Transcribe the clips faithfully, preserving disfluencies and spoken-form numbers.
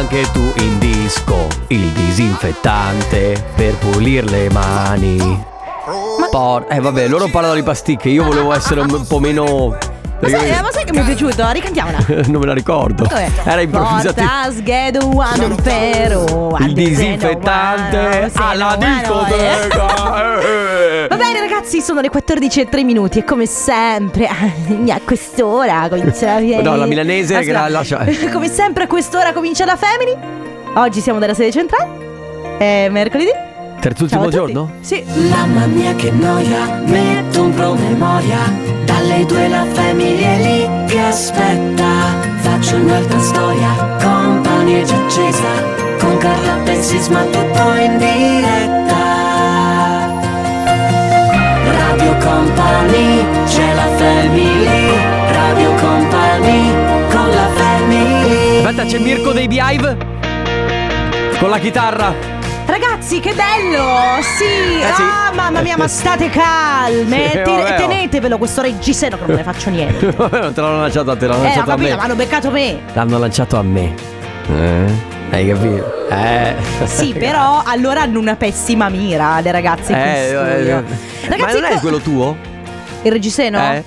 anche tu in disco il disinfettante per pulire le mani. Por- eh vabbè, loro parlano di pasticche, io volevo essere un po' meno. Ma sai, ma sai che mi è piaciuto? Ricantiamola. Non me la ricordo. Vabbè. Era improvvisativo. Il disinfettante alla discoteca. Va bene ragazzi, sono le quattordici e tre minuti e come sempre a quest'ora comincia la No, la milanese che la lascia. Come sempre a quest'ora comincia la Family. Oggi siamo dalla sede centrale. È mercoledì. Terzultimo giorno? Sì. Mamma mia che noia, metto un promemoria. Dalle due la Family è lì che aspetta. Faccio un'altra storia, compagnia già accesa. Con Carlotta e Sisma tutto in diretta. Radio Company, c'è la Family. Radio Company, con la Family. Aspetta, c'è Mirko dei Beehive con la chitarra. Ragazzi, che bello! Sì! Eh, sì. Ah, mamma mia, ma state calme! Sì, Ten- vabbè, tenetevelo questo reggiseno che non ne faccio niente. Non te l'hanno lanciato a te, l'hanno Eh, ho lanciato a capito, me. ma hanno beccato me. L'hanno lanciato a me. Eh? Hai capito? Eh. Sì, però allora hanno una pessima mira le ragazze in Eh, studio. eh, Ragazzi, ma non è co- quello tuo? il reggiseno? Eh?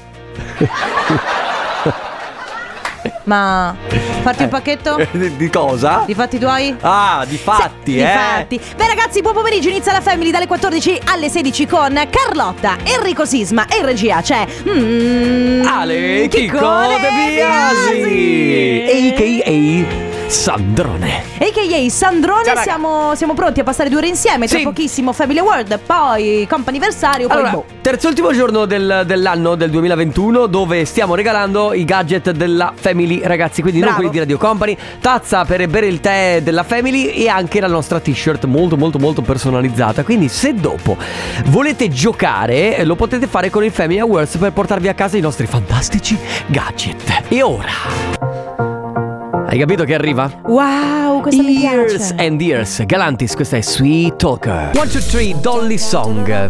Ma farti un pacchetto? Di, di cosa? Di fatti tuoi? Ah, di fatti, Sì, eh. di fatti. Beh ragazzi, buon pomeriggio, inizia la Family dalle quattordici alle sedici con Carlotta, Enrico Sisma e in regia c'è mm, Ale Chicco De Biasi, a k a. Sandrone. A K A Sandrone. Ciao, raga. siamo, siamo pronti a passare due ore insieme. Tra Sì. pochissimo Family Award, poi comp'anniversario, poi Allora, boh. terzultimo giorno del, dell'anno del duemilaventuno, dove stiamo regalando i gadget della Family, ragazzi. Quindi non Bravo. quelli di Radio Company, tazza per bere il tè della Family e anche la nostra t-shirt molto molto molto personalizzata. Quindi se dopo volete giocare, lo potete fare con il Family Awards per portarvi a casa i nostri fantastici gadget. E ora, hai capito che arriva? Wow, questa mi Years piace. and Years, Galantis, questa è Sweet Talker. One, two, three, Dolly Song.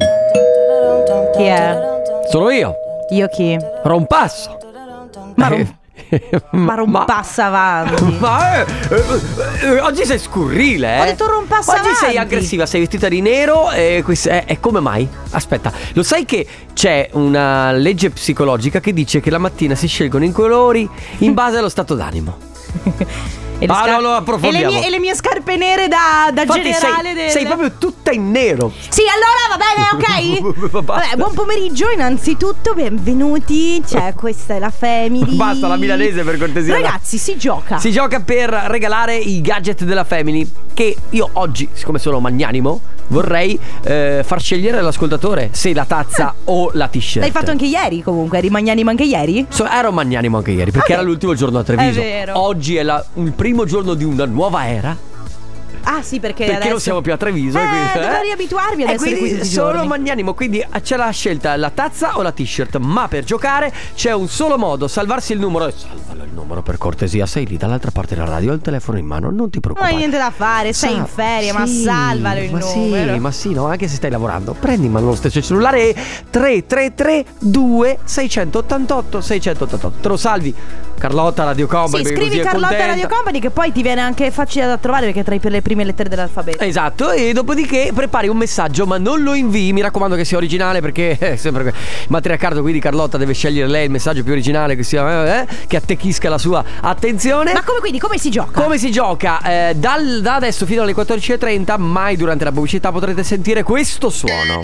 Chi è? Sono io, Io chi? Rompasso. Ma rom- Eh, Ma rompassa avanti. Ma eh, eh, eh, oggi sei scurrile, eh. Ho detto rompassa Oggi sei avanti. aggressiva, sei vestita di nero e, quest- eh, e come mai? Aspetta, lo sai che c'è una legge psicologica che dice che la mattina si scelgono i colori in base allo stato d'animo. E le Ah, scar- no, lo e le, approfondiamo. mie, e le mie scarpe nere da, da Infatti generale sei, del... sei proprio tutta in nero. Sì, allora va bene, ok? Basta. Vabbè, buon pomeriggio innanzitutto, benvenuti. Cioè, questa è la Family. Basta la milanese, per cortesia. Ragazzi, si gioca. Si gioca per regalare i gadget della Family, che io oggi, siccome sono magnanimo, vorrei eh, far scegliere all'ascoltatore se la tazza o la t-shirt. L'hai fatto anche ieri comunque, eri magnanimo anche ieri? So, ero magnanimo anche ieri, perché Ok. era l'ultimo giorno a Treviso. È vero. Oggi è la- il primo giorno di una nuova era, Ah sì, perché perché adesso... non siamo più a Treviso. Eh, e quindi, devo riabituarmi ad e essere qui quindi tutti i sono giorni. magnanimo, quindi c'è la scelta, la tazza o la t-shirt. Ma per giocare c'è un solo modo: salvarsi il numero. E salvalo il numero, per cortesia. Sei lì dall'altra parte della radio, ho il telefono in mano, non ti Non preoccupare. hai niente da fare, sei Sa- in ferie, ma sì, salvalo il ma numero. Sì, ma sì, no, anche se stai lavorando, prendi in mano lo stesso cellulare e tre tre tre due sei otto otto sei otto otto. Te lo salvi, Carlotta Radio Company. Sì, perché scrivi così è Carlotta contenta. Radio Company, che poi ti viene anche facile da trovare perché è tra le prime lettere dell'alfabeto. Esatto, e dopodiché prepari un messaggio, ma non lo invii, mi raccomando che sia originale, perché è sempre que- matriarcato, quindi Carlotta deve scegliere lei il messaggio più originale che sia eh, che attecchisca la sua attenzione. Ma come quindi, come si gioca? Come si gioca? Eh, dal, da adesso fino alle quattordici e trenta, mai durante la pubblicità, potrete sentire questo suono.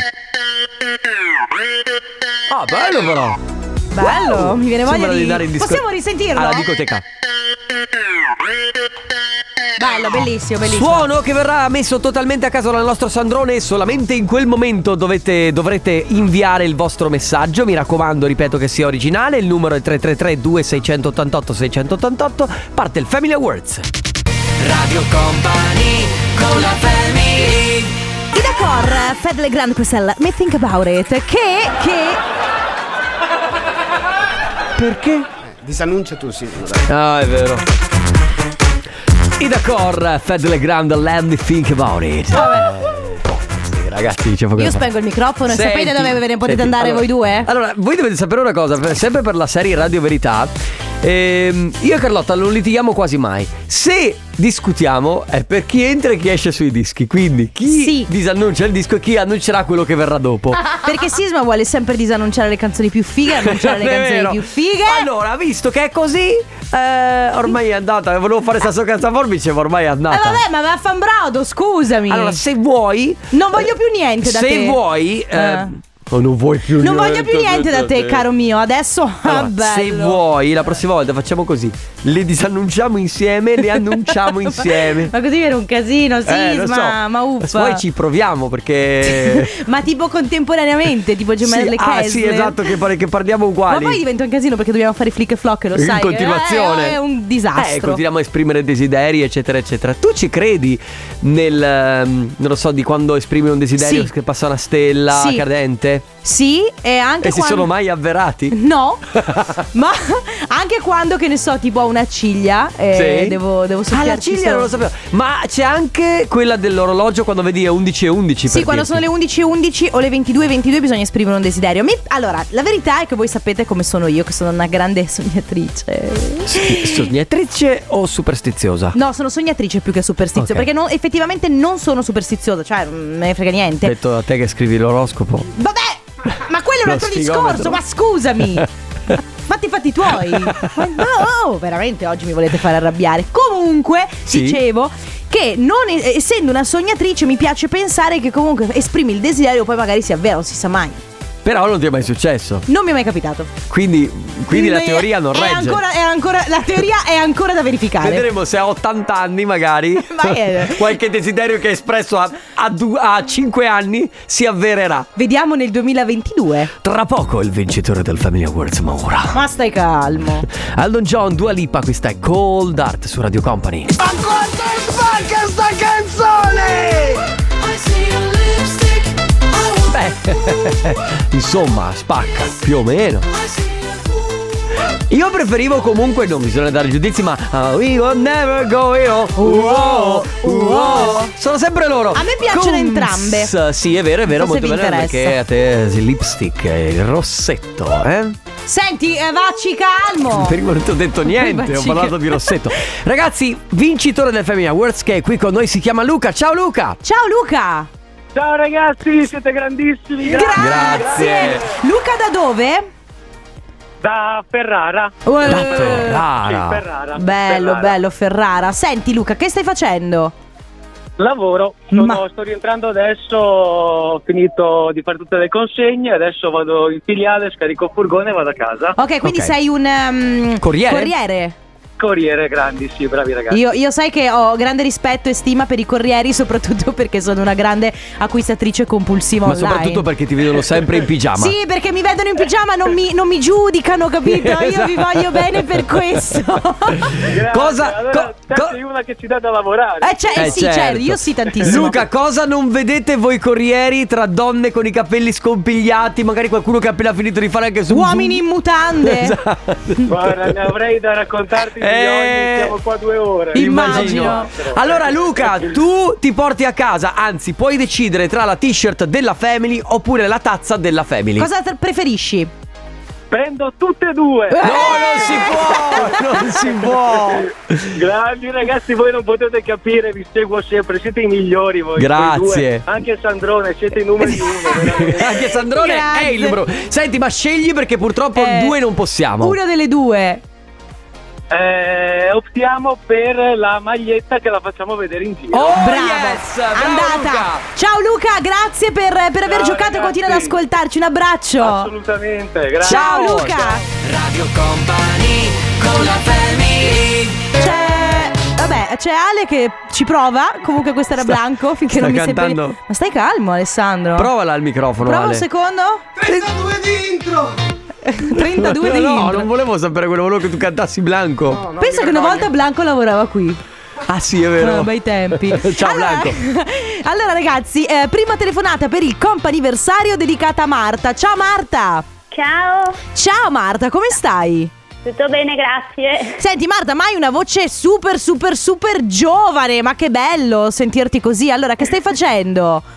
Ah, bello però. Bello, Wow, mi viene voglia sembra di... andare in disco- Possiamo risentirlo? alla discoteca. Bello, bellissimo, bellissimo. Suono che verrà messo totalmente a caso dal nostro Sandrone. Solamente in quel momento dovete, dovrete inviare il vostro messaggio. Mi raccomando, ripeto che sia originale. Il numero è tre tre tre due sei otto otto sei otto otto. Parte il Family Awards. Radio Company, con la Family. Ida Cor, Fed Legrand, questa è la Me Think About It. Che, che... Perché? Disannuncia tu sì, dai. Ah, è vero. Ida Cor, Fed Legrand, Let Me Think About It. Sì, ragazzi, dicevo che Io spengo il microfono e Senti, sapete dove ve ne potete senti, andare allora- voi due? Allora, voi dovete sapere una cosa, per- sempre per la serie Radio Verità ehm, io e Carlotta non litighiamo quasi mai. Se discutiamo è per chi entra e chi esce sui dischi. Quindi chi Sì. disannuncia il disco e chi annuncerà quello che verrà dopo. Perché Sisma vuole sempre disannunciare le canzoni più fighe, annunciare le È canzoni vero. più fighe. Allora, visto che è così, eh, ormai è andata. Volevo fare sta canza forbice, ma ormai è andata. Eh vabbè, ma vaffanbrodo, scusami. Allora, se vuoi, Non voglio più niente da se te. vuoi, eh, Eh. oh, non vuoi più Non niente voglio più niente da te, caro mio. Adesso Allora, ah, bello. se vuoi, la prossima volta facciamo così: le disannunciamo insieme, le annunciamo insieme. Ma così viene un casino, Sisma, Eh, lo so. ma uffa. Poi ci proviamo perché. Ma tipo contemporaneamente, tipo gemelle sì, Kessler. ah, sì, esatto, che, pare- che parliamo Ma uguali. poi diventa un casino perché dobbiamo fare flick e flock, lo In sai. continuazione. È, è un disastro. Eh, continuiamo a esprimere desideri, eccetera, eccetera. Tu ci credi nel. ehm, non lo so, di quando esprimi un desiderio Sì. che passa una stella Sì. cadente? Sì, e anche E si quando... sono mai avverati? No, ma anche quando, che ne so, tipo ho una ciglia e Sì. devo, devo Ah, soffiarci la ciglia sopra. non lo sapevo. Ma c'è anche quella dell'orologio quando vedi è undici e undici. Sì, quando sono le undici e undici o le ventidue e ventidue bisogna esprimere un desiderio. Mi- Allora, la verità è che voi sapete come sono io, che sono una grande sognatrice. Sognatrice o superstiziosa? No, sono sognatrice più che superstiziosa, Ok. perché non- effettivamente non sono superstiziosa, cioè non me ne frega niente. Detto a te che scrivi l'oroscopo. Vabbè, ma quello è un Lo altro sfigometro. discorso, ma scusami. Fatti i fatti tuoi. Ma no, veramente oggi mi volete fare arrabbiare. Comunque, Sì. dicevo che non e- essendo una sognatrice mi piace pensare che comunque esprimi il desiderio, poi magari si avvera, non si sa mai. Però non ti è mai successo. Non mi è mai capitato. Quindi, quindi la È- teoria non è regge. Ancora, è ancora, la teoria è ancora da verificare. Vedremo se a ottanta anni magari Ma è- qualche desiderio che è espresso a, a, du- a cinque anni si avvererà. Vediamo nel duemilaventidue. Tra poco il vincitore del Family Awards, ma ora Ma stai calmo. Elton John, Dua Lipa, questa è Cold Art su Radio Company. Ma quanto è spacca sta canzone! Beh, insomma, spacca, più o meno. Io preferivo comunque, non bisogna dare giudizi, ma uh, We will never go home. Uoh, uoh. Sono sempre loro. A me piacciono entrambe. Sì, è vero, è vero, Non so se molto vi bene. interessa. Perché a te il lipstick e il rossetto, eh? Senti, eh, vacci calmo. Per il momento non ho detto niente, ho Vacci parlato che- di rossetto. Ragazzi, vincitore del Family Awards che è qui con noi, si chiama Luca. Ciao Luca. Ciao Luca. Ciao ragazzi, siete grandissimi. Grazie. Luca da dove? Da Ferrara. Da Eh, Ferrara. Sì, Ferrara. Bello, Ferrara. bello Ferrara. Senti Luca, che stai facendo? Lavoro, sono- Ma- sto rientrando adesso, ho finito di fare tutte le consegne, adesso vado in filiale, scarico il furgone e vado a casa. Ok, quindi Ok. sei un um, Corriere? corriere. Corriere, grandi, sì, bravi ragazzi. Io, io sai che ho grande rispetto e stima per i corrieri, soprattutto perché sono una grande acquistatrice compulsiva Ma online. soprattutto perché ti vedono sempre in pigiama. Sì, perché mi vedono in pigiama, non mi, non mi giudicano, capito? Io Esatto. vi voglio bene per questo. Grazie. Cosa- Allora, co- te co- sei una che ci dà da lavorare. Eh, cioè, Eh, sì, certo. io sì tantissimo. Luca, cosa non vedete voi corrieri tra donne con i capelli scompigliati? Magari qualcuno che ha appena finito di fare anche su Uomini in mutande. Esatto. Guarda, ne avrei da raccontarti Eh, milioni, siamo qua due ore. Immagino. Allora Luca, tu ti porti a casa, anzi puoi decidere tra la t-shirt della Family oppure la tazza della Family. Cosa te- preferisci? Prendo tutte e due. No, non si può, non si può. Grandi ragazzi, voi non potete capire, vi seguo sempre, siete i migliori voi. Grazie. voi due. Anche Sandrone, siete i numeri uno. veramente. Anche Sandrone Grazie. è il numero. Senti, ma scegli perché purtroppo Eh, due non possiamo. Una delle due. Eh, optiamo per la maglietta che la facciamo vedere in giro. Oh, Bravo, yes, bravo, andata. Luca. Ciao Luca, grazie per, per aver Ciao, giocato e ragazzi. continua ad ascoltarci. Un abbraccio. Assolutamente, grazie. Ciao Ciao. Luca. Radio Company con la family. C'è Vabbè, c'è Ale che ci prova. Comunque questo era Sta- Blanco finché sta non mi cantando. sembra. Ma stai calmo, Alessandro. Provala al microfono, Prova un Ale. secondo. trentadue di intro. trentadue di No, intro. non volevo sapere quello, volevo che tu cantassi Blanco. Pensa che una volta Blanco lavorava qui. Ah sì, è vero. Ah, bei tempi. Ciao allora, Blanco. Allora ragazzi, eh, prima telefonata per il comp'anniversario dedicata a Marta. Ciao Marta. Ciao, Ciao Marta, come stai? tutto bene, grazie. Senti Marta, ma hai una voce super super super giovane. Ma che bello sentirti così. Allora, che stai facendo?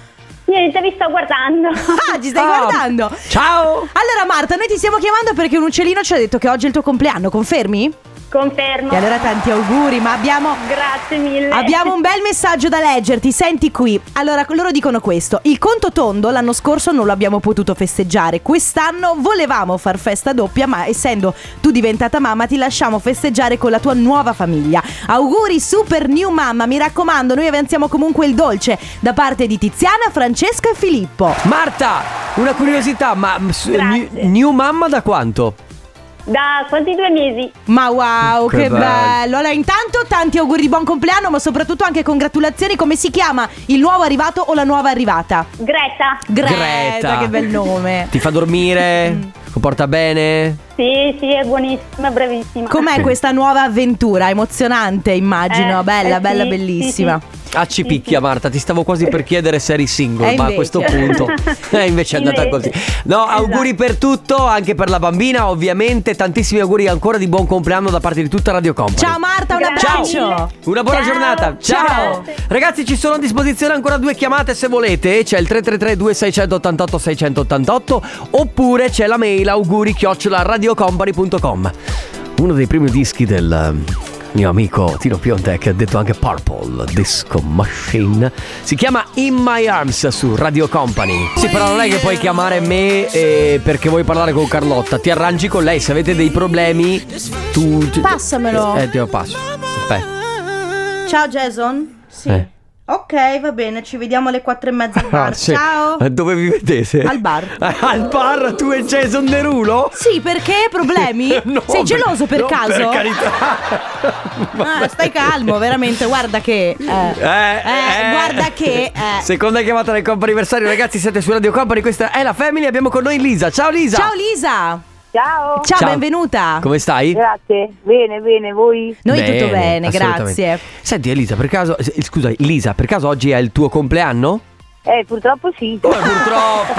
Niente, vi sto guardando. Ah, ci stai Ah. guardando? Ciao. Allora Marta, noi ti stiamo chiamando perché un uccellino ci ha detto che oggi è il tuo compleanno, confermi? Confermo. E allora tanti auguri, ma abbiamo... Grazie mille. Abbiamo un bel messaggio da leggerti, senti qui. Allora, loro dicono questo: il conto tondo l'anno scorso non lo abbiamo potuto festeggiare. Quest'anno volevamo far festa doppia, ma essendo tu diventata mamma ti lasciamo festeggiare con la tua nuova famiglia. Auguri super new mamma, mi raccomando, noi avanziamo comunque il dolce da parte di Tiziana, Francesco e Filippo. Marta, una curiosità, ma s- Grazie. new, new mamma da quanto? Da quasi due mesi. Ma wow, Che che, bello. bello. Allora intanto tanti auguri di buon compleanno, ma soprattutto anche congratulazioni. Come si chiama il nuovo arrivato o la nuova arrivata? Greta. Greta, Greta. che bel nome. Ti fa dormire? Comporta bene? Sì, sì, è buonissima, è bravissima. Com'è questa nuova avventura? Emozionante, immagino. Eh, bella, eh, bella, sì, bellissima. sì, Ah, ci picchia Marta, ti stavo quasi per chiedere se eri single, E ma a invece. questo punto eh, invece è andata Invece. così. No, auguri per tutto, anche per la bambina, ovviamente. Tantissimi auguri ancora di buon compleanno da parte di tutta Radio Company. Ciao Marta, un Grazie abbraccio. mille. Una buona Ciao. giornata. Ciao. Grazie. Ragazzi, ci sono a disposizione ancora due chiamate se volete. C'è il tre tre tre due sei otto otto sei otto otto oppure c'è la mail auguri chiocciola radiocompany punto com. Uno dei primi dischi del mio amico Tino Piontek, detto anche Purple Disco Machine, si chiama In My Arms su Radio Company. Sì, però non è che puoi chiamare me eh, perché vuoi parlare con Carlotta. Ti arrangi con lei, se avete dei problemi tu, tu Passamelo. Eh, te lo passo. Aspetta. Ciao Jason. Sì. Eh. Ok, va bene, ci vediamo alle quattro e mezza al bar. Ah, sì. Ciao. Eh, Dove vi vedete? Al bar. Al bar, tu e Jason Derulo? Sì, perché? Problemi? No, Sei geloso per no, caso? Per carità. Ah, stai calmo, veramente, guarda che eh, Eh, eh, guarda che eh. Seconda chiamata del comp'anniversario, ragazzi, siete su Radio Company, questa è la Family, abbiamo con noi Lisa. Ciao Lisa. Ciao Lisa. Ciao. Ciao, Ciao. benvenuta. Come stai? Grazie, bene, bene, voi? Noi tutto bene, assolutamente. grazie. Senti Elisa, per caso eh, scusa, Lisa, per caso oggi è il tuo compleanno? Eh, purtroppo sì. Oh, purtroppo.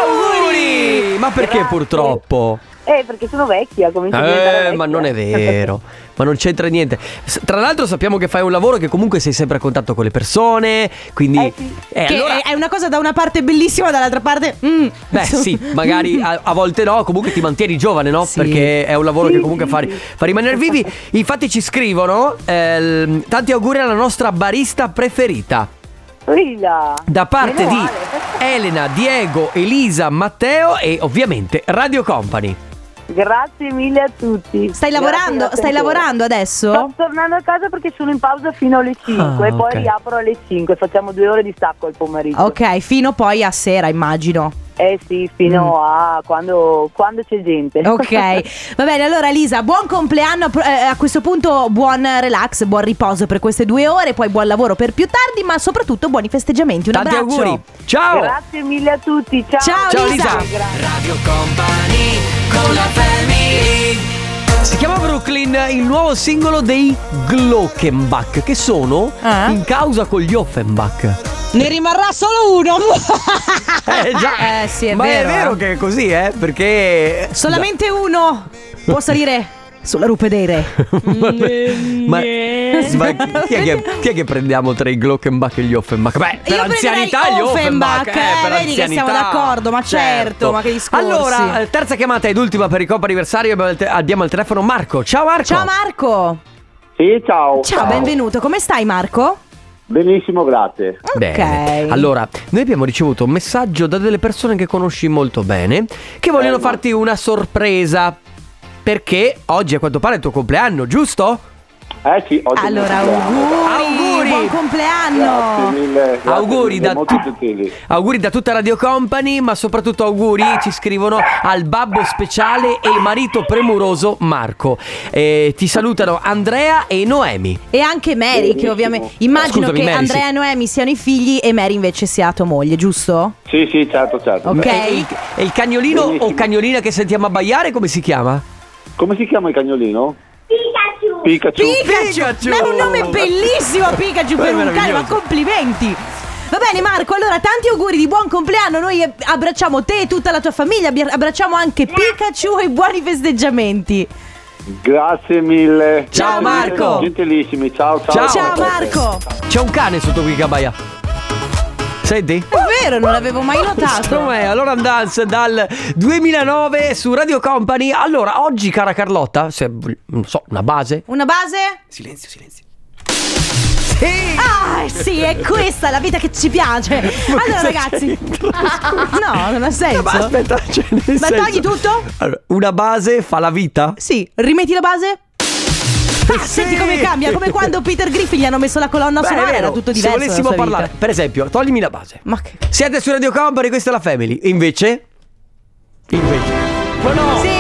Auguri! Ma perché Grazie. purtroppo? Eh, perché sono vecchia, comincio a diventare Eh, vecchia. ma non è vero. Ma non c'entra niente. S- Tra l'altro sappiamo che fai un lavoro che comunque sei sempre a contatto con le persone, quindi Eh, sì. eh, Che allora- è una cosa da una parte bellissima, dall'altra parte mm. Beh sì, magari a, a volte no, comunque ti mantieni giovane, no? Sì. Perché è un lavoro Sì, che comunque sì, fa, sì. fa rimanere vivi. Infatti ci scrivono eh, l- tanti auguri alla nostra barista preferita, Rilla. da parte Meno di male. Elena, Diego, Elisa, Matteo e ovviamente Radio Company. Grazie mille a tutti. Stai Grazie, lavorando? grazie Stai ancora. lavorando adesso? Sto tornando a casa perché sono in pausa fino alle cinque Ah, e poi ok. riapro alle cinque. Facciamo due ore di stacco al pomeriggio. Ok, fino poi a sera, immagino. Eh sì, fino a quando, quando c'è gente. Ok, va bene, allora Lisa, buon compleanno, eh, a questo punto buon relax, buon riposo per queste due ore, poi buon lavoro per più tardi, ma soprattutto buoni festeggiamenti, un Tanti abbraccio. auguri. Ciao. Grazie mille a tutti. Ciao. Ciao, Ciao, Lisa. Lisa. Radio Company con la Family. Si chiama Brooklyn, il nuovo singolo dei Glockenbach, che sono Ah. in causa con gli Offenbach. Ne rimarrà solo uno. Eh già, Eh, sì, è ma vero, è vero eh. che è così, eh? Perché Solamente uno può salire sulla rupe dei re. ma, ma chi, è che, chi è che prendiamo tra i Glockenbach e gli Offenbach? Beh, per Io anzianità prenderei gli Offenbach, Offenbach, eh, eh, per vedi che anzianità. siamo d'accordo, ma certo, ma che discorsi. Allora, eh, terza chiamata ed ultima per il Coppa anniversario, abbiamo il, te- abbiamo al telefono Marco. Ciao Marco. Ciao Marco. Sì, ciao. Ciao, benvenuto. Come stai Marco? Benissimo, grazie. Bene. Ok. Allora, noi abbiamo ricevuto un messaggio da delle persone che conosci molto bene, che vogliono Eh, farti una sorpresa, perché oggi a quanto pare è il tuo compleanno, giusto? Eh sì, oggi è il mio Allora, compleanno. auguri, Auguri. buon Grazie compleanno. mille. grazie Auguri mille, da- molto gentili. Auguri da tutta Radio Company, ma soprattutto auguri ci scrivono al babbo speciale e il marito premuroso Marco. Eh, ti salutano Andrea e Noemi. E anche Mary, Benissimo. che ovviamente immagino Scusami, che Mary, Andrea sì. e Noemi siano i figli e Mary invece sia tua moglie, giusto? Sì, sì, certo, certo. Ok. E il, e il cagnolino Benissimo. o cagnolina che sentiamo abbaiare, come si chiama? Come si chiama il cagnolino? Pikachu. Pikachu. Ma è un nome bellissimo Pikachu per È un cane, ma meraviglioso. complimenti. Va bene Marco, allora tanti auguri di buon compleanno. Noi eh, abbracciamo te e tutta la tua famiglia, abbi- abbracciamo anche Pikachu e buoni festeggiamenti. Grazie mille. Ciao, Grazie mille, Marco. Gentilissimi, ciao, ciao. Ciao. Ciao Marco. C'è un cane sotto qui che abbaia. Senti? È vero, non l'avevo mai notato. Com'è? Allora Dance dal duemilanove su Radio Company. Allora, oggi, cara Carlotta, se, non so, una base? Una base? Silenzio, silenzio. Ah, sì, è questa la vita che ci piace. Allora, ragazzi, no, non ha senso. Ma aspetta, cioè, nel Ma senso... togli tutto? Allora, una base fa la vita? Sì, rimetti la base? Ah, Sì. senti come cambia, come quando Peter Griffin gli hanno messo la colonna Beh, sonora, è vero. era tutto diverso. Se volessimo la sua parlare, vita. per esempio, toglimi la base. Ma che... Siete su Radio Company, questa è la Family. Invece? Invece? Ma no! Sì.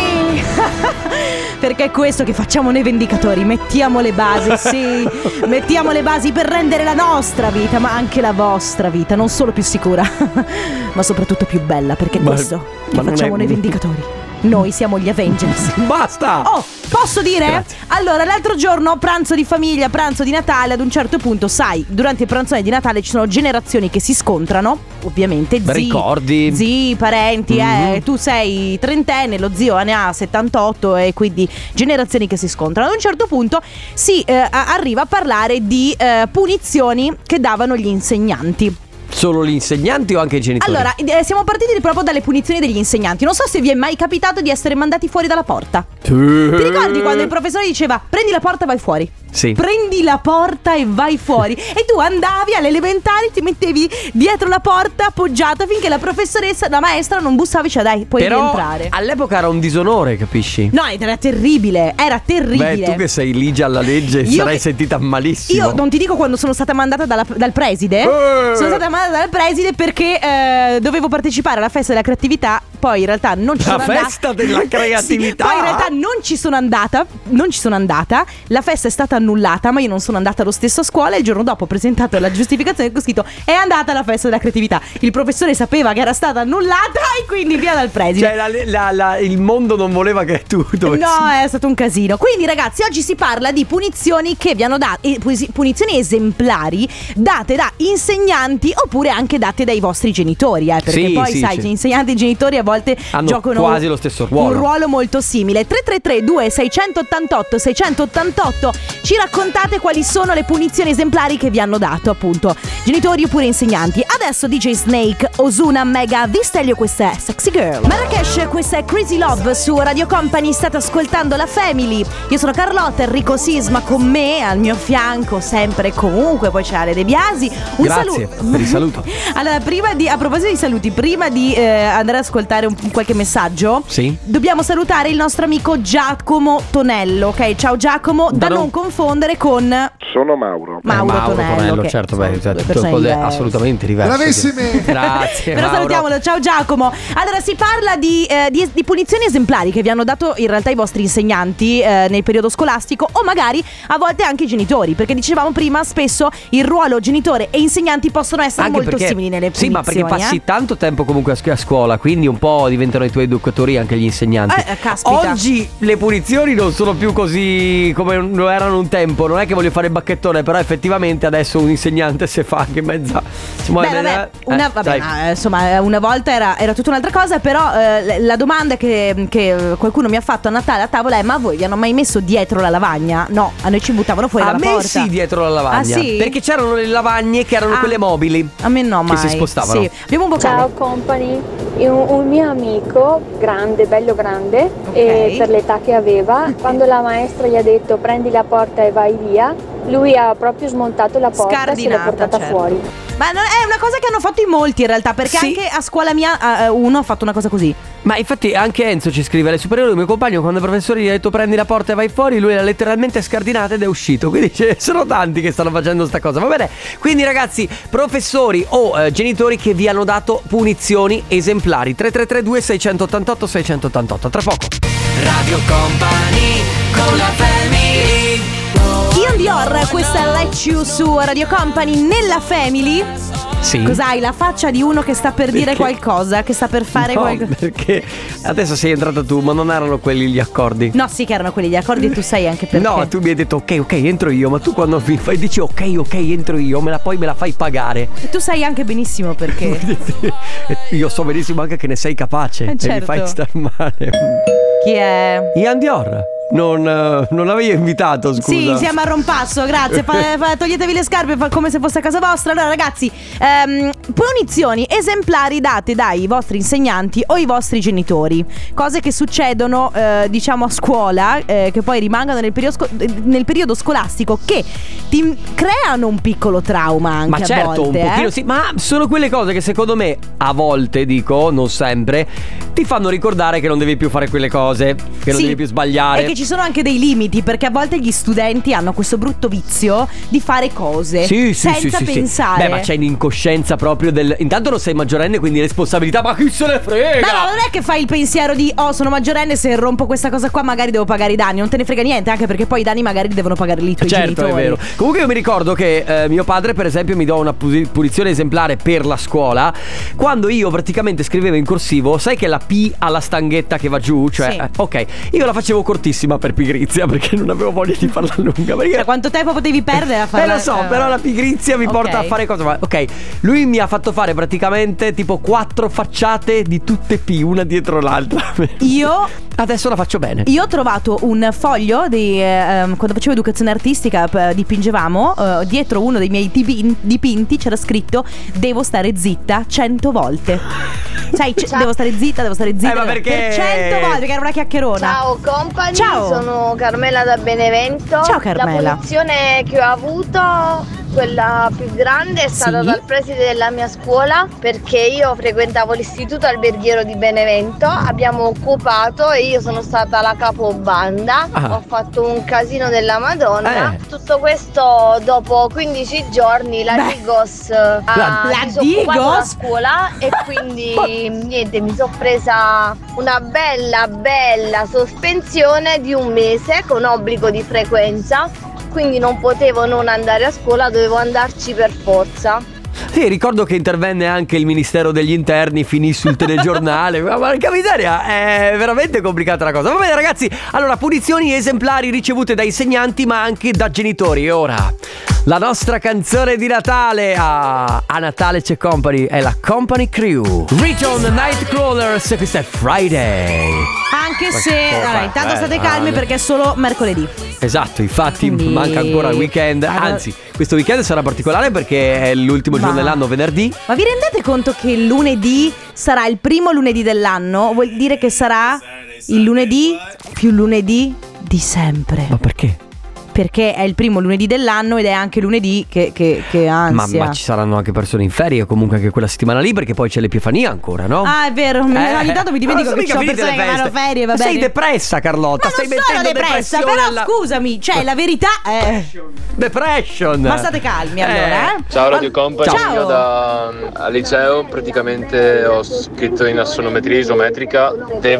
Perché è questo che facciamo noi vendicatori. Mettiamo le basi, sì. Mettiamo le basi per rendere la nostra vita, ma anche la vostra vita non solo più sicura, ma soprattutto più bella. Perché è Ma- questo ma che non facciamo è- noi vendicatori. Noi siamo gli Avengers. Basta! Oh, posso dire? Grazie. Allora, l'altro giorno, pranzo di famiglia, pranzo di Natale, ad un certo punto, sai, durante il pranzone di Natale ci sono generazioni che si scontrano, ovviamente, zii, Ricordi. zii, parenti, Mhm. eh, tu sei trentenne, lo zio ne ha settantotto e quindi generazioni che si scontrano. Ad un certo punto si eh, a- arriva a parlare di eh, punizioni che davano gli insegnanti. Solo gli insegnanti o anche i genitori? Allora, eh, siamo partiti proprio dalle punizioni degli insegnanti. Non so se vi è mai capitato di essere mandati fuori dalla porta. Ti ricordi quando il professore diceva prendi la porta e vai fuori? Sì. Prendi la porta e vai fuori. E tu andavi alle elementari, ti mettevi dietro la porta appoggiata finché la professoressa, la maestra non bussava e diceva dai, puoi Però rientrare. all'epoca era un disonore, capisci? No, era terribile, era terribile. Beh, tu che sei ligia alla legge Io sarai che- sentita malissimo. Io non ti dico quando sono stata mandata dalla- dal preside. Eh. Sono stata mandata dal preside perché eh, dovevo partecipare alla festa della creatività. Poi in realtà non ci La sono andata. festa della Sì, creatività. poi in realtà non ci sono andata. Non ci sono andata. La festa è stata annullata, ma io non sono andata lo stesso a scuola. E il giorno dopo ho presentato la giustificazione che ho scritto è andata alla festa della creatività. Il professore sapeva che era stata annullata e quindi via dal preside. Cioè la- la- la- il mondo non voleva che tu dovessi. No, è stato un casino. Quindi ragazzi, oggi si parla di punizioni che vi hanno dato, eh, puni- punizioni esemplari date da insegnanti oppure anche date dai vostri genitori, eh, perché Sì, poi sì, sai, sì. gli insegnanti e i genitori a volte Hanno giocano quasi lo stesso ruolo. un ruolo molto simile. Tre tre tre due sei otto otto sei otto otto. Ci raccontate quali sono le punizioni esemplari che vi hanno dato, appunto, genitori oppure insegnanti. Adesso D J Snake, Ozuna, Mega, vi steglio, questa è Sexy Girl. Marrakesh, questa è Crazy Love su Radio Company, state ascoltando la Family. Io sono Carlotta, Enrico Sisma con me, al mio fianco sempre e comunque, poi c'è Ale De Biasi. Un Grazie saluto. per il saluto. Allora, prima di, a proposito di saluti, prima di eh, andare ad ascoltare un, qualche messaggio, Sì. dobbiamo salutare il nostro amico Giacomo Tonello, ok? Ciao Giacomo, da, Da non non- confondere con Sono Mauro. Mauro, Mauro Tonello, Tonello, che certo, sono beh, cioè, due tutte persone cose diverse. assolutamente diverse. Bravissimi. Grazie. Però Mauro. salutiamolo, ciao Giacomo. Allora, si parla di, eh, di, di punizioni esemplari che vi hanno dato in realtà i vostri insegnanti eh, nel periodo scolastico, o magari a volte anche i genitori, perché dicevamo prima, spesso il ruolo genitore e insegnanti possono essere Anche molto perché- simili nelle Sì, punizioni. ma perché passi eh? tanto tempo comunque a, scu- a scuola, quindi un po' diventano i tuoi educatori anche gli insegnanti. Eh, eh, caspita. Oggi le punizioni non sono più così come lo erano un tempo. Non è che voglio fare il bacchettone, però effettivamente adesso un insegnante si fa anche mezza. Si muove Beh, bene, vabbè, eh, una, vabbè, dai. ma, eh, insomma, una volta era, era tutta un'altra cosa, però eh, la domanda che, che qualcuno mi ha fatto a Natale a tavola è: ma voi vi hanno mai messo dietro la lavagna? No, a noi ci buttavano fuori A dalla me porta. sì, dietro la lavagna. Ah, sì? Perché c'erano le lavagne che erano Ah. quelle mobili. A me no, Che mai. si spostavano. Sì. Abbiamo un vocale. Ciao company, un, un mio amico grande, bello grande, e per l'età che aveva, quando la maestra gli ha detto prendi la porta e vai via, lui ha proprio smontato la porta e se l'è Scardinata, portata certo. fuori. Ma non- è una cosa che hanno fatto in molti in realtà, perché Sì. anche a scuola mia eh, uno ha fatto una cosa così. Ma infatti anche Enzo ci scrive: alle superiori il mio compagno, quando il professore gli ha detto prendi la porta e vai fuori, lui l'ha letteralmente scardinata ed è uscito. Quindi ce ne sono tanti che stanno facendo sta cosa. Va bene? Quindi ragazzi, professori o eh, genitori che vi hanno dato punizioni esemplari. Tre tre tre due sei otto otto sei otto otto. Tra poco Radio Company con la Family. Ian Dior, questa è Let You su Radio Company nella Family. Sì. Cos'hai? La faccia di uno che sta per dire Perché? qualcosa, che sta per fare No, qualcosa. perché adesso sei entrata tu, ma non erano quelli gli accordi. No, sì che erano quelli gli accordi e tu sai anche perché. No, tu mi hai detto ok, ok, entro io, ma tu quando mi fai dici ok, ok, entro io, me la poi me la fai pagare. E tu sai anche benissimo perché. E io so benissimo anche che ne sei capace Eh, e mi certo. fai star male. Chi è? Ian Dior, non, non l'avevi invitato, scusa. Sì, siamo a rompasso, grazie. fa, fa, toglietevi le scarpe, fa come se fosse a casa vostra. Allora ragazzi, ehm, punizioni esemplari date dai vostri insegnanti o i vostri genitori. Cose che succedono eh, diciamo a scuola, eh, che poi rimangono nel periodo, sco- nel periodo scolastico, che ti creano un piccolo trauma anche. Ma certo, a volte, un pochino eh? sì. Ma sono quelle cose che secondo me a volte, dico, non sempre, ti fanno ricordare che non devi più fare quelle cose, che non Sì, devi più sbagliare. E che ci sono anche dei limiti, perché a volte gli studenti hanno questo brutto vizio di fare cose Sì, sì, sì, senza sì, sì. pensare. Beh, ma c'è un'incoscienza proprio del... Intanto non sei maggiorenne, quindi responsabilità, ma chi se ne frega? No, no, non è che fai il pensiero di oh, sono maggiorenne, se rompo questa cosa qua magari devo pagare i danni. Non te ne frega niente, anche perché poi i danni magari li devono pagare lì i tuoi Certo, genitori. è vero. Comunque io mi ricordo che eh, mio padre, per esempio, mi do una pu- punizione esemplare per la scuola quando io praticamente scrivevo in corsivo. Sai che la P ha la stanghetta che va giù? Cioè, Sì. eh, ok, io la facevo cortissima per pigrizia, perché non avevo voglia di farla lunga. Perché... Cioè, quanto tempo potevi perdere a farla? Eh lo so, eh, però la pigrizia mi ok. porta a fare cose. Ma, ok, lui mi ha fatto fare praticamente tipo quattro facciate di tutte P, una dietro l'altra. Io Adesso la faccio bene. Io ho trovato un foglio di, eh, quando facevo educazione artistica, p- dipingevamo, eh, dietro uno dei miei dipin- dipinti c'era scritto devo stare zitta cento volte. Sai, c- devo stare zitta, devo stare zitta. Eh, ma perché- Per cento volte, perché era una chiacchierona. Ciao company, Ciao. sono Carmela da Benevento. Ciao, Carmela. La punizione che ho avuto, quella più grande, è stata Sì? dal preside della mia scuola, perché io frequentavo l'istituto alberghiero di Benevento, abbiamo occupato e io sono stata la capobanda, Ah. ho fatto un casino della Madonna. Eh. Tutto questo dopo quindici giorni la Beh. Digos La- ha La disoccupato la Digos? scuola e quindi niente, mi sono presa una bella bella sospensione di un mese con obbligo di frequenza, quindi non potevo non andare a scuola, dovevo andarci per forza. Sì, ricordo che intervenne anche il Ministero degli Interni, finì sul telegiornale. Ma porca miseria, è veramente complicata la cosa. Va bene ragazzi, allora punizioni esemplari ricevute da insegnanti ma anche da genitori. E ora la nostra canzone di Natale. A, a Natale c'è Company, è la Company Crew. Return Nightcrawlers, questa è Friday. Anche se cosa allora, intanto fai? state calmi Ah, perché è solo mercoledì. Esatto, infatti Quindi- manca ancora il weekend. Allora- Anzi, questo weekend sarà particolare perché è l'ultimo giorno Ma- dell'anno, venerdì. Ma vi rendete conto che il lunedì sarà il primo lunedì dell'anno? Vuol dire che sarà il lunedì più lunedì di sempre. Ma perché? Perché è il primo lunedì dell'anno ed è anche lunedì che, che, che Ma, ansia. ma ci saranno anche persone in ferie comunque anche quella settimana lì, perché poi c'è l'Epifania ancora, no? Ah, è vero, mi- Eh, ogni tanto mi dimentico non che sono ci sono mica persone finite che le vanno feste. ferie, va Ma bene. sei depressa, Carlotta. Ma stai non sono mettendo depressa, depressione però alla- scusami, cioè la verità è... Depression. Ma state calmi allora, eh? Ciao Radio Company, Ciao. io da, al liceo praticamente ho scritto in assonometria isometrica,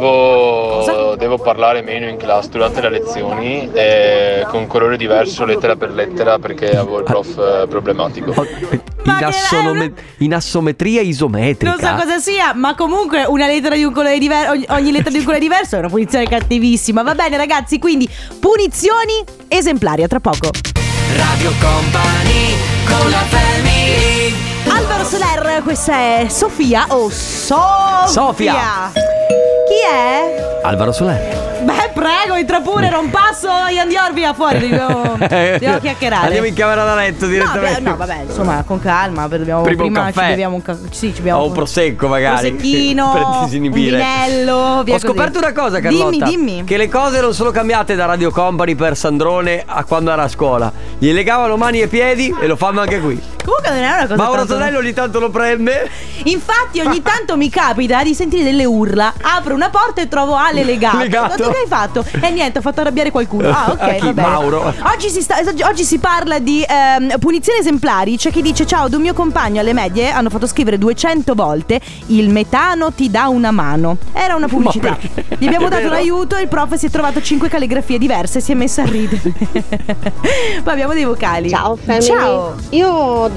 devo, devo parlare meno in classe durante le lezioni e con colore diverso lettera per lettera perché avevo il prof eh, problematico. In, Ma che assonome- in assometria isometrica. Non so cosa sia, ma comunque una lettera di un colore diverso, ogni, ogni lettera di un colore diverso è una punizione cattivissima. Va bene ragazzi, quindi punizioni esemplari, a tra poco. Radio Company con la family. Alvaro Soler, questa è Sofia o Sofia. Sofia. Chi è? Alvaro Soler. Beh, prego, entra pure, non passo, andiamo via fuori, dobbiamo, dobbiamo chiacchierare. Andiamo in camera da letto No, direttamente. beh, no, vabbè, insomma, con calma, dobbiamo, Prima un prima caffè. ci beviamo un caffè. Sì, ci beviamo O un prosecco magari. prosecchino, per un disinibire. vinello, via Ho scoperto così. una cosa, Carlotta. Dimmi, dimmi. Che le cose non sono cambiate da Radio Company per Sandrone a quando era a scuola. Gli legavano mani e piedi e lo fanno anche qui. Comunque non è una cosa Mauro tanto... Tonello ogni tanto lo prende. Infatti ogni tanto mi capita di sentire delle urla. Apro una porta e trovo Ale legato. Legato. Cosa che hai fatto? E niente, ho fatto arrabbiare qualcuno. Ah, ok, Chi? va bene. Mauro. Oggi si, sta, oggi si parla di ehm, punizioni esemplari. C'è chi dice: ciao, ad un mio compagno alle medie hanno fatto scrivere duecento volte il metano ti dà una mano. Era una pubblicità. Ma perché? Gli abbiamo È dato vero? un aiuto e il prof si è trovato cinque calligrafie diverse e si è messo a ridere. Poi abbiamo dei vocali. Ciao family. Ciao. Io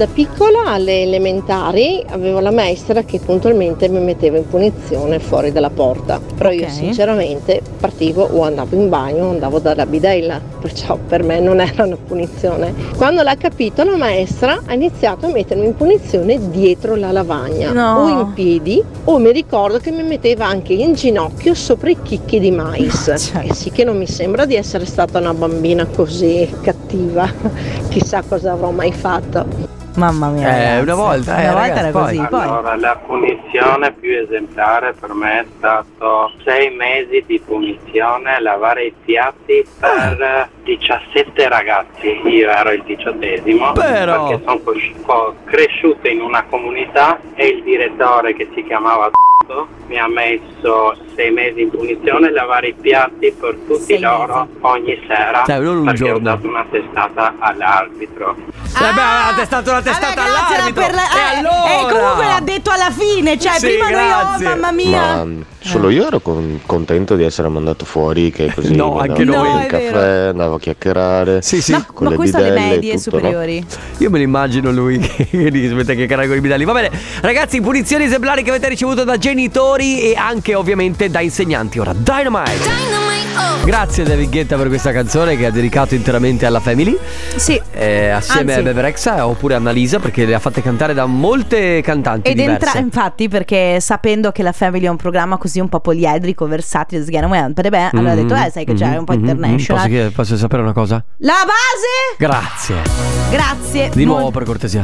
da piccola alle elementari avevo la maestra che puntualmente mi metteva in punizione fuori dalla porta, però Ok. io sinceramente partivo o andavo in bagno o andavo dalla bidella, perciò per me non era una punizione. Quando l'ha capito la maestra ha iniziato a mettermi in punizione dietro la lavagna No. o in piedi, o mi ricordo che mi metteva anche in ginocchio sopra i chicchi di mais. Cioè. E sì che non mi sembra di essere stata una bambina così cattiva, chissà cosa avrò mai fatto. Mamma mia. Eh, ragazzi. una volta, eh, Una volta ragazzi, era poi. così. Poi. Allora, la punizione più esemplare per me è stato sei mesi di punizione, lavare i piatti per diciassette ragazzi. Io ero il diciottesimo, Però. perché sono cresciuto in una comunità e il direttore, che si chiamava mi ha messo sei mesi in punizione, lavare i piatti per tutti Sei loro ogni sera, Cioè, non un perché giorno. ho dato una testata all'arbitro. Eh beh, ha testato la testata Vabbè, grazie, era all'arbitro. per la- E eh, allora? eh, comunque l'ha detto alla fine. Cioè, Sì, prima noi, grazie. oh, mamma mia. Ma solo io ero con- contento di essere mandato fuori, che così No, mi anche andavo a noi. bere un No, è caffè, andavo a chiacchierare. Sì, sì. Ma, con ma le questo alle bidelle e medie e tutto, no? superiori. Io me lo immagino lui che che si mette a chiacchierare con i bidelli. Va bene, ragazzi, punizioni esemplari che avete ricevuto da genitori e anche ovviamente da insegnanti. Ora Dynamite. Grazie David Guetta per questa canzone che ha dedicato interamente alla Family, Sì. eh, assieme Anzi. a Bebe Rexha oppure a Annalisa, perché le ha fatte cantare da molte cantanti Ed diverse. entra, infatti, perché sapendo che la Family è un programma così un po' poliedrico, versatile, sghiano, per beh, allora ha detto, eh, sai che c'è un po' Mhm, mhm. international. Posso, chiedere- posso sapere una cosa? La base? Grazie. Grazie. Di Mol- nuovo per cortesia.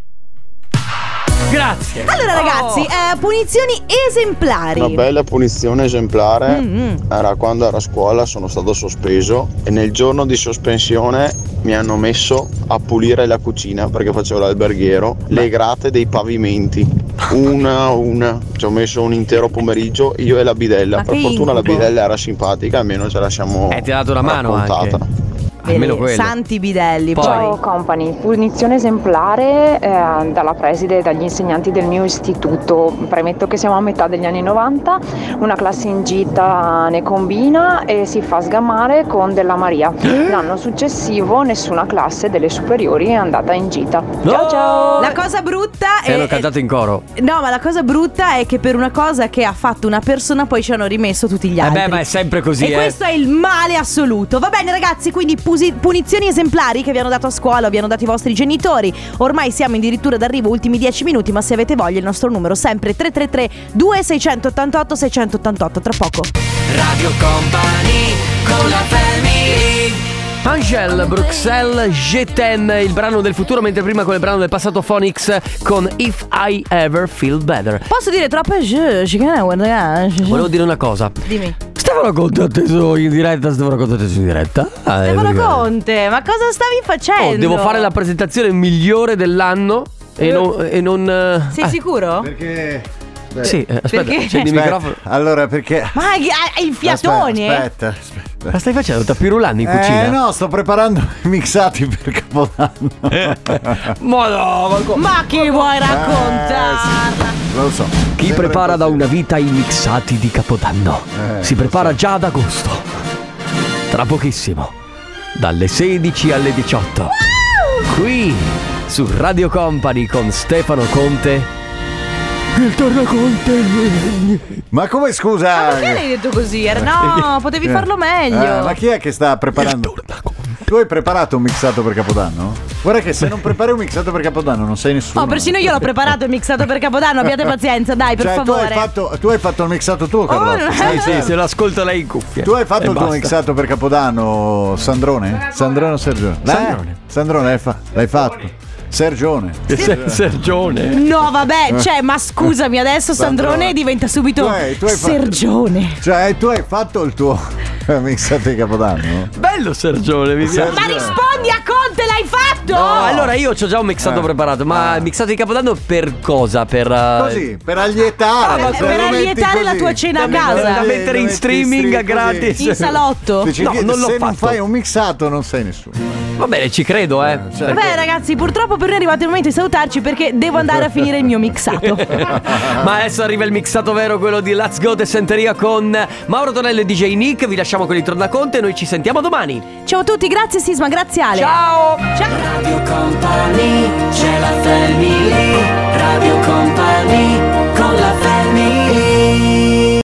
Grazie. Allora, ragazzi, Oh. eh, punizioni esemplari. Una bella punizione esemplare Mm-hmm. era quando ero a scuola, sono stato sospeso e nel giorno di sospensione mi hanno messo a pulire la cucina perché facevo l'alberghiero, le grate dei pavimenti, una a una, ci ho messo un intero pomeriggio io e la bidella. Ma Per che fortuna la incubo. bidella era simpatica, almeno ce la siamo Eh, ti ha dato una mano raccontata. anche. Bene, Almeno quello. santi bidelli. Poi. Ciao company, punizione esemplare eh, dalla preside e dagli insegnanti del mio istituto. Premetto che siamo a metà degli anni novanta, una classe in gita ne combina e si fa sgamare con Della Maria. L'anno successivo nessuna classe delle superiori è andata in gita. Ciao ciao! La cosa brutta E hanno è. cantato in coro. No, ma la cosa brutta è che per una cosa che ha fatto una persona poi ci hanno rimesso tutti gli Eh altri. beh, ma è sempre così, E eh. questo è il male assoluto. Va bene, ragazzi, quindi pusi- punizioni esemplari che vi hanno dato a scuola o vi hanno dato i vostri genitori. Ormai siamo addirittura d'arrivo, ultimi dieci minuti, ma se avete voglia il nostro numero sempre tre tre tre due sei otto otto sei otto otto. Tra poco. Radio Company con la Family. Angel, Bruxelles, Je t'aime, il brano del futuro, mentre prima con il brano del passato Phonics con If I Ever Feel Better. Posso dire troppe je, je connais, guarda, je- Volevo dire una cosa. Dimmi. Stefano Conte atteso in diretta, Stefano Conte atteso in diretta. Ah, eh, Stefano perché- Conte, ma cosa stavi facendo? Oh, devo fare la presentazione migliore dell'anno e non... E non eh, Sei eh, sicuro? Perché... Sì, eh, aspetta, Perché? accendi il Aspetta, microfono. allora perché... Ma hai hai il fiatone? Aspetta, aspetta, aspetta. Ma stai facendo? Tapirulani in cucina? Eh no, sto preparando i mixati per Capodanno. Ma no, ma co- Ma che vuoi raccontare? Eh, sì, lo so. Chi Sempre prepara da così. una vita i mixati di Capodanno Eh, si lo prepara so. già ad agosto. Tra pochissimo, dalle sedici alle diciotto. Qui su Radio Company con Stefano Conte. Il tornaconte. Ma come scusa? Ma perché l'hai detto così? Era- No, potevi Eh. farlo meglio. Eh, ma chi è che sta preparando? Tu hai preparato un mixato per Capodanno? Guarda che se non prepari un mixato per Capodanno non sei nessuno. Oh, persino io l'ho preparato e mixato per Capodanno. Abbiate pazienza, dai, per Cioè, favore. Tu hai, fatto, tu hai fatto il mixato tuo, Carlotta? Oh, Sì, sì, se lo ascolta lei in cuffia. Tu hai fatto E il tuo basta. mixato per Capodanno, Sandrone? Sandrone o Sergione? Sandrone. Eh? Sandrone, l'hai, fa- l'hai fatto. Sergione. Se- Sergione. No, vabbè, cioè, ma scusami, adesso Sandrone, Sandrone. diventa subito Tu hai- tu hai fatto- Sergione. Cioè, tu hai fatto il tuo mixato di Capodanno? Bello Sergione, mi piace. Ma rispondi a Conte, l'hai fatto? No, allora io ho già un mixato Eh. preparato, ma il mixato di Capodanno per cosa? Per eh, Così, per allietare. Ah, ma se per lo metti allietare la così. tua cena a Da casa. mettere- Da mettere in metti streaming così. gratis. In salotto. Dici No, che non l'ho se non fatto. fai un mixato non sei nessuno. Va bene, ci credo, eh. Cioè, Vabbè, ragazzi, purtroppo per noi è arrivato il momento di salutarci perché devo andare a finire il mio mixato. Ma adesso arriva il mixato vero, quello di Let's Go Tessenteria con Mauro Tonello e D J Nick. Vi lasciamo con il Tornaconte e noi ci sentiamo domani. Ciao a tutti, grazie Sisma, grazie Ale. Ciao! Ciao. Radio Company c'è